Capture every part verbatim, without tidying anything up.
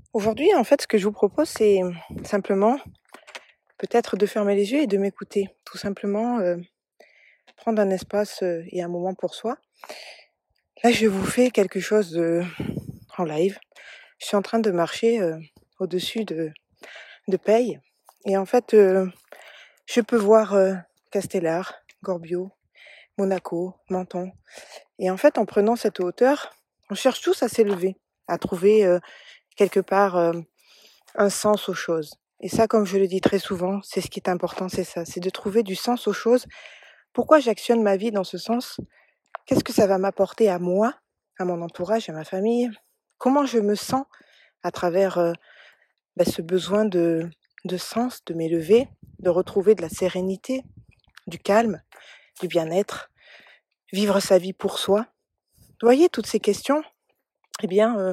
Aujourd'hui, en fait, ce que je vous propose, c'est simplement peut-être de fermer les yeux et de m'écouter. Tout simplement, euh, prendre un espace euh, et un moment pour soi. Là, je vous fais quelque chose de, en live. Je suis en train de marcher euh, au-dessus de, de Peille. Et en fait, euh, je peux voir euh, Castellar, Gorbio, Monaco, Menton. Et en fait, en prenant cette hauteur, on cherche tous à s'élever, à trouver euh, quelque part euh, un sens aux choses. Et ça, comme je le dis très souvent, c'est ce qui est important, c'est ça, c'est de trouver du sens aux choses. Pourquoi j'actionne ma vie dans ce sens? Qu'est-ce que ça va m'apporter à moi, à mon entourage, à ma famille? Comment je me sens à travers euh, bah, ce besoin de, de sens, de m'élever, de retrouver de la sérénité, du calme, du bien-être, vivre sa vie pour soi? Vous voyez, toutes ces questions, eh bien, euh,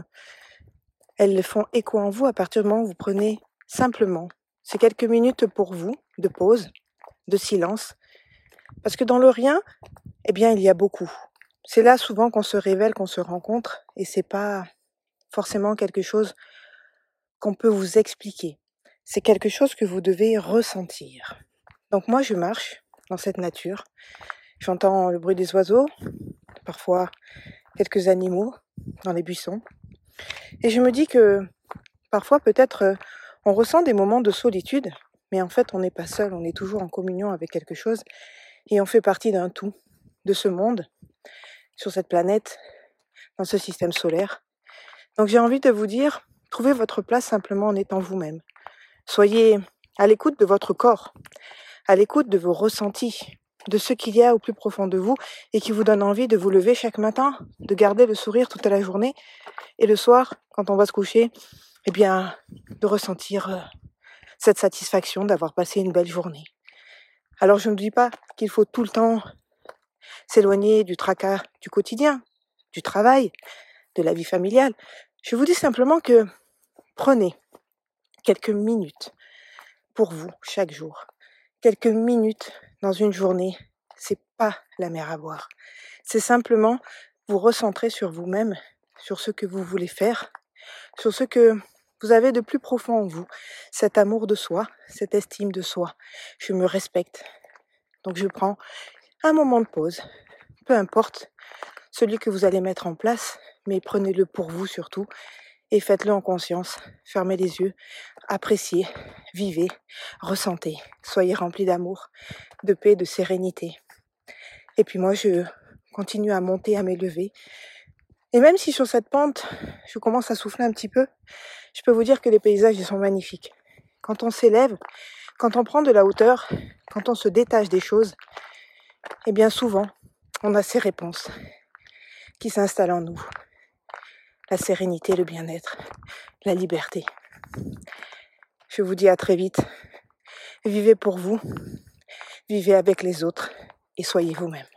elles font écho en vous à partir du moment où vous prenez simplement ces quelques minutes pour vous, de pause, de silence. Parce que dans le rien, eh bien, il y a beaucoup. C'est là souvent qu'on se révèle, qu'on se rencontre, et c'est pas forcément quelque chose qu'on peut vous expliquer. C'est quelque chose que vous devez ressentir. Donc moi, je marche dans cette nature. J'entends le bruit des oiseaux, parfois quelques animaux dans les buissons. Et je me dis que parfois, peut-être, on ressent des moments de solitude, mais en fait, on n'est pas seul, on est toujours en communion avec quelque chose, et on fait partie d'un tout, de ce monde, sur cette planète, dans ce système solaire. Donc j'ai envie de vous dire, trouvez votre place simplement en étant vous-même. Soyez à l'écoute de votre corps, à l'écoute de vos ressentis, de ce qu'il y a au plus profond de vous et qui vous donne envie de vous lever chaque matin, de garder le sourire toute la journée et le soir, quand on va se coucher, eh bien, de ressentir euh, cette satisfaction d'avoir passé une belle journée. Alors je ne dis pas qu'il faut tout le temps s'éloigner du tracas du quotidien, du travail, de la vie familiale. Je vous dis simplement que prenez quelques minutes pour vous chaque jour. Quelques minutes dans une journée, c'est pas la mer à boire. C'est simplement vous recentrer sur vous-même, sur ce que vous voulez faire, sur ce que vous avez de plus profond en vous, cet amour de soi, cette estime de soi. Je me respecte. Donc je prends un moment de pause, peu importe celui que vous allez mettre en place, mais prenez-le pour vous surtout et faites-le en conscience. Fermez les yeux, appréciez, vivez, ressentez, soyez remplis d'amour, de paix, de sérénité. Et puis moi, je continue à monter, à m'élever. Et même si sur cette pente, je commence à souffler un petit peu, je peux vous dire que les paysages, ils sont magnifiques. Quand on s'élève, quand on prend de la hauteur, quand on se détache des choses, eh bien souvent, on a ces réponses qui s'installent en nous. La sérénité, le bien-être, la liberté. Je vous dis à très vite. Vivez pour vous, vivez avec les autres et soyez vous-même.